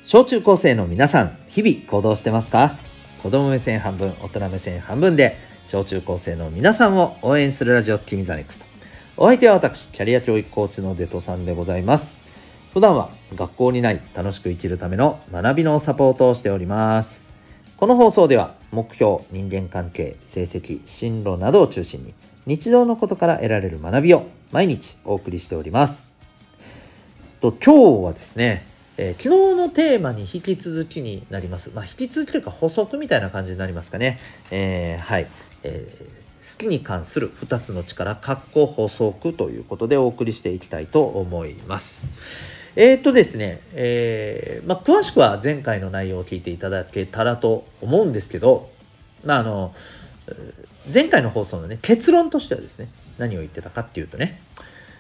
小中高生の皆さん、日々行動してますか？子供目線半分、大人目線半分で小中高生の皆さんを応援するラジオ君ザネクスト。お相手は私、キャリア教育コーチのデトさんでございます。普段は学校にない楽しく生きるための学びのサポートをしております。この放送では目標、人間関係、成績、進路などを中心に日常のことから得られる学びを毎日お送りしております。今日はですね、昨日のテーマに引き続きになります。引き続きというか補足みたいな感じになりますかね。好きに関する2つの力、補足ということでお送りしていきたいと思います。ですね、詳しくは前回の内容を聞いていただけたらと思うんですけど、前回の放送のね、結論としてはですね、何を言ってたかっていうとね、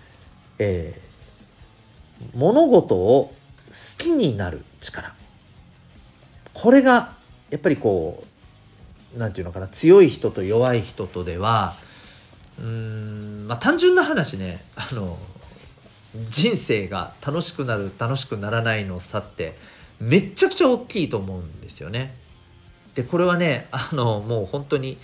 物事を好きになる力、これがやっぱりなんていうのかな、強い人と弱い人とでは単純な話ね、人生が楽しくなる楽しくならないの差ってめっちゃくちゃ大きいと思うんですよね。でこれはね、もう本当に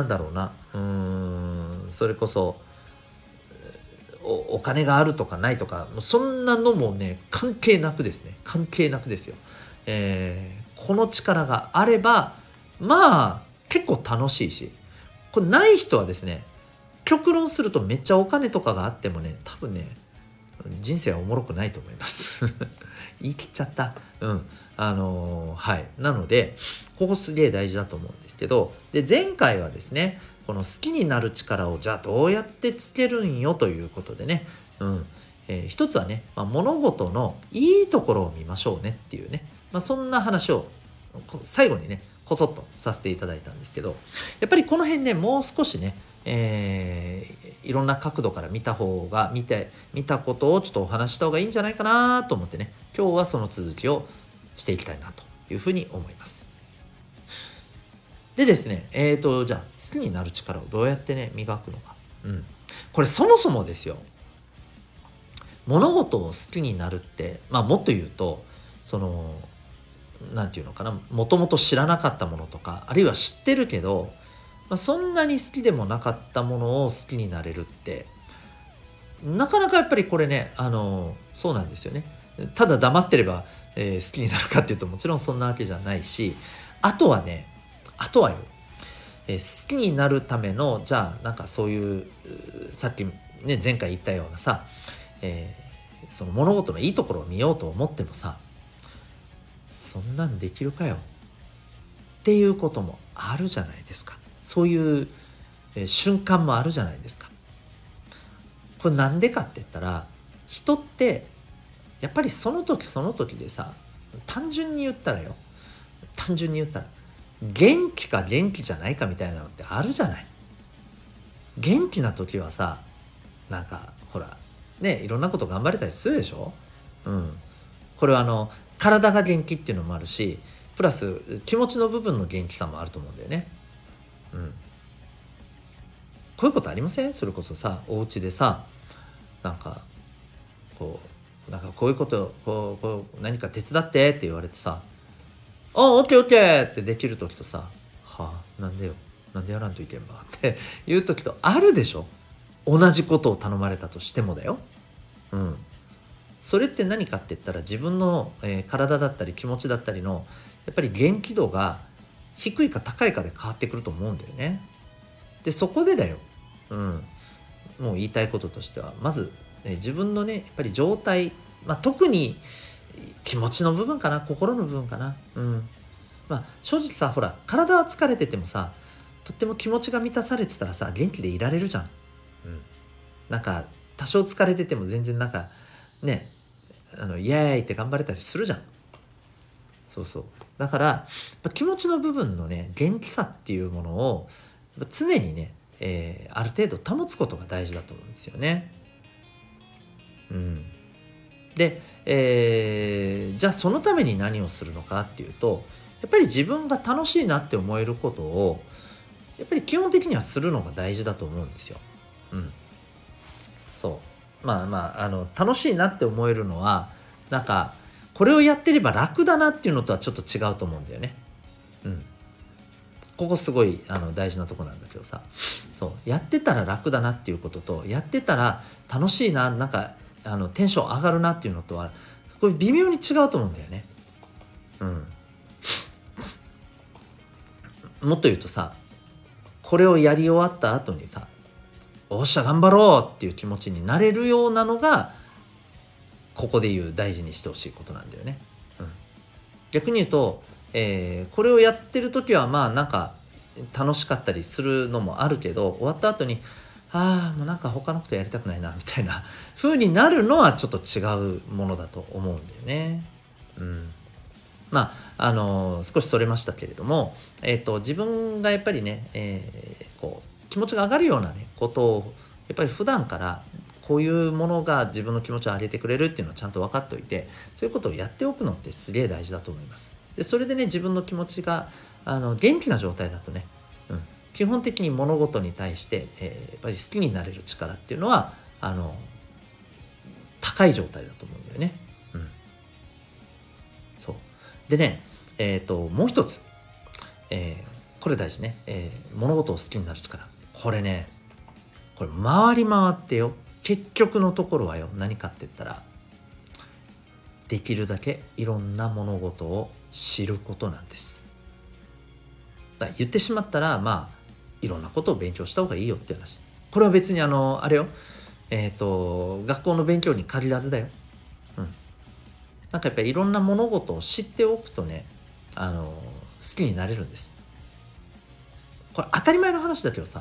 それこそお金があるとかないとか、そんなのもね関係なくですよ。この力があれば結構楽しいし、これない人はですね、極論するとめっちゃお金とかがあってもね、多分ね人生はおもろくないと思います言い切っちゃった。なのでここすげえ大事だと思うんですけど、で前回はですね、この好きになる力をじゃあどうやってつけるんよということでね、一つはね、物事のいいところを見ましょうねっていうね、そんな話を最後にねこそっとさせていただいたんですけど、やっぱりこの辺ね、もう少しね、いろんな角度から見たことをちょっとお話した方がいいんじゃないかなと思ってね、今日はその続きをしていきたいなというふうに思います。でですね、じゃあ好きになる力をどうやってね磨くのか、これそもそもですよ、物事を好きになるって、もっと言うとなんていうのかな、もともと知らなかったものとか、あるいは知ってるけど、そんなに好きでもなかったものを好きになれるって、なかなかやっぱりこれね、そうなんですよね。ただ黙ってれば、好きになるかっていうともちろんそんなわけじゃないし、あとはよ、好きになるための、じゃあそういうさっきね前回言ったようなさ、その物事のいいところを見ようと思ってもさ、そんなんできるかよっていうこともあるじゃないですか。そういう、瞬間もあるじゃないですか。これなんでかって言ったら、人ってやっぱりその時その時でさ、単純に言ったら元気か元気じゃないかみたいなのってあるじゃない。元気な時はさ、ほらね、いろんなこと頑張れたりするでしょ。これは体が元気っていうのもあるし、プラス気持ちの部分の元気さもあると思うんだよね。こういうことありません？それこそさ、お家でさ、こういうことこう何か手伝ってって言われてさ、オッケーオッケーってできる時とさ、なんでやらんといけんばっていう時とあるでしょ。同じことを頼まれたとしてもだよ。それって何かって言ったら、自分の、体だったり気持ちだったりのやっぱり元気度が低いか高いかで変わってくると思うんだよね。でそこでだよ、もう言いたいこととしては、まず、自分のねやっぱり状態、特に気持ちの部分かな、心の部分かな。正直さ、ほら体は疲れててもさ、とっても気持ちが満たされてたらさ、元気でいられるじゃん。多少疲れてても全然イエーイって頑張れたりするじゃん。そうだからやっぱ気持ちの部分のね元気さっていうものを常にね、ある程度保つことが大事だと思うんですよね。で、じゃあそのために何をするのかっていうと、やっぱり自分が楽しいなって思えることをやっぱり基本的にはするのが大事だと思うんですよ。楽しいなって思えるのはこれをやってれば楽だなっていうのとはちょっと違うと思うんだよね。ここすごい大事なとこなんだけどさ、そうやってたら楽だなっていうことと、やってたら楽しいな、なんかテンション上がるなっていうのとはこれ微妙に違うと思うんだよね。もっと言うとさ、これをやり終わった後にさ、おっしゃ頑張ろうっていう気持ちになれるようなのがここで言う大事にしてほしいことなんだよね。逆に言うと、これをやってる時はまあなんか楽しかったりするのもあるけど、終わった後にもうなんか他のことやりたくないなみたいな風になるのはちょっと違うものだと思うんだよね。少しそれましたけれども、自分がやっぱりね、こう気持ちが上がるようなねことをやっぱり普段からこういうものが自分の気持ちを上げてくれるっていうのをちゃんと分かっておいて、そういうことをやっておくのってすげえ大事だと思います。でそれでね、自分の気持ちが元気な状態だとね、基本的に物事に対して、やっぱり好きになれる力っていうのは高い状態だと思うんだよね。そうでね、もう一つ、これ大事ね、物事を好きになる力。これ回り回ってよ、結局のところはよ、何かって言ったら、できるだけいろんな物事を知ることなんです。だから言ってしまったら、いろんなことを勉強した方がいいよっていう話。これは別にあれよ、学校の勉強に限らずだよ。なんかやっぱりいろんな物事を知っておくとね、好きになれるんです。これ当たり前の話だけどさ、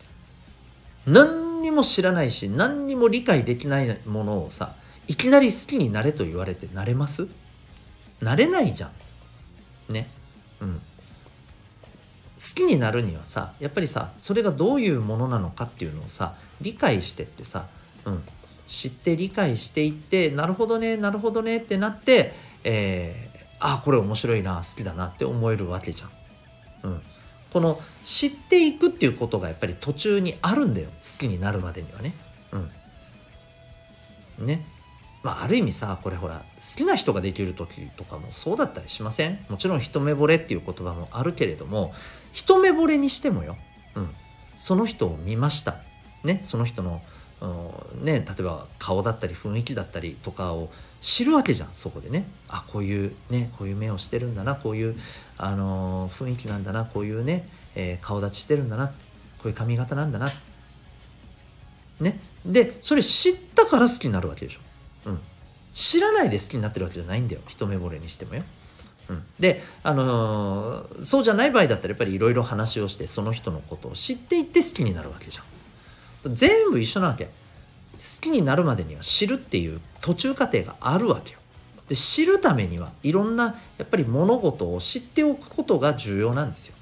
何にも知らないし何にも理解できないものをさ、いきなり好きになれと言われてなれます？なれないじゃんね。好きになるにはさ、やっぱりさ、それがどういうものなのかっていうのをさ、理解してってさ、知って理解していって、なるほどねってなって、これ面白いな、好きだなって思えるわけじゃん。この知っていくっていうことがやっぱり途中にあるんだよ、好きになるまでにはね。ある意味さ、これほら、好きな人ができる時とかもそうだったりしません？もちろん一目惚れっていう言葉もあるけれども、一目惚れにしてもよ、その人を見ましたね、その人の例えば顔だったり雰囲気だったりとかを知るわけじゃん。そこでね、こういう目をしてるんだな、こういう雰囲気なんだな、こういうね、顔立ちしてるんだな、こういう髪型なんだなね。でそれ知ったから好きになるわけでしょ。知らないで好きになってるわけじゃないんだよ、一目惚れにしてもよ。でそうじゃない場合だったらやっぱりいろいろ話をして、その人のことを知っていって好きになるわけじゃん。全部一緒なわけ。好きになるまでには知るっていう途中過程があるわけよ。で知るためにはいろんなやっぱり物事を知っておくことが重要なんですよ。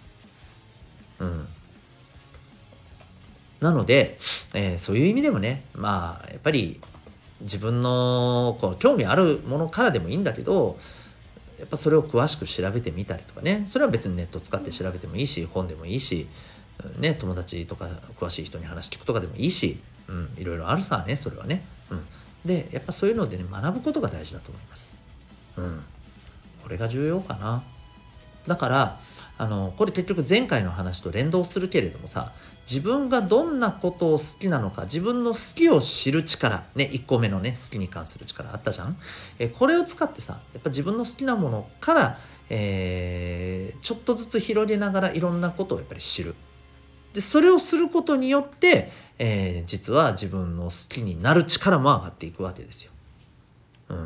なので、そういう意味でもね、やっぱり自分のこう興味あるものからでもいいんだけど、やっぱそれを詳しく調べてみたりとかね、それは別にネット使って調べてもいいし、本でもいいし、友達とか詳しい人に話聞くとかでもいいし、いろいろあるさね、それはね。でやっぱそういうのでね、学ぶことが大事だと思います。これが重要かな。だからこれ結局前回の話と連動するけれどもさ、自分がどんなことを好きなのか、自分の好きを知る力ね、1個目のね、好きに関する力あったじゃん。これを使ってさ、やっぱ自分の好きなものから、ちょっとずつ広げながらいろんなことをやっぱり知る。でそれをすることによって、実は自分の好きになる力も上がっていくわけですよ。こ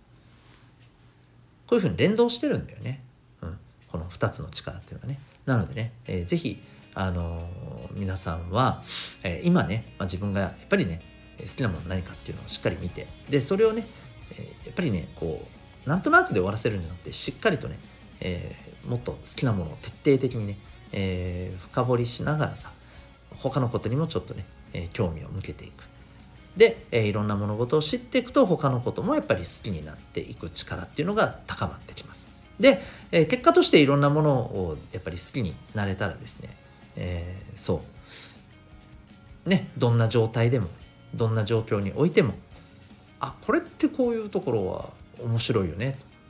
ういうふうに連動してるんだよね。この2つの力っていうのはね。なのでね、ぜひ皆さんは、今ね、自分がやっぱりね好きなもの何かっていうのをしっかり見て、でそれをね、やっぱりねこうなんとなくで終わらせるんじゃなくて、しっかりとね、もっと好きなものを徹底的にね、深掘りしながらさ、他のことにもちょっとね、興味を向けていく。で、いろんな物事を知っていくと、他のこともやっぱり好きになっていく力っていうのが高まってきます。で、結果としていろんなものをやっぱり好きになれたらですね、そうね、どんな状態でもどんな状況においても、これってこういうところは面白いよね、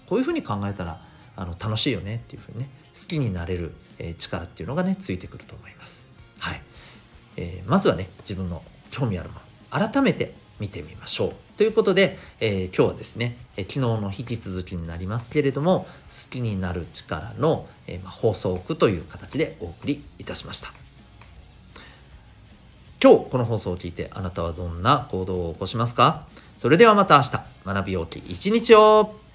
こういうふうに考えたら楽しいよねっていうふうにね、好きになれる、力っていうのがねついてくると思います。はい、まずはね自分の興味あるもの改めて見てみましょうということで、今日はですね、昨日の引き続きになりますけれども、好きになる力の、放送句という形でお送りいたしました。今日この放送を聞いてあなたはどんな行動を起こしますか？それではまた明日、学びようき一日を。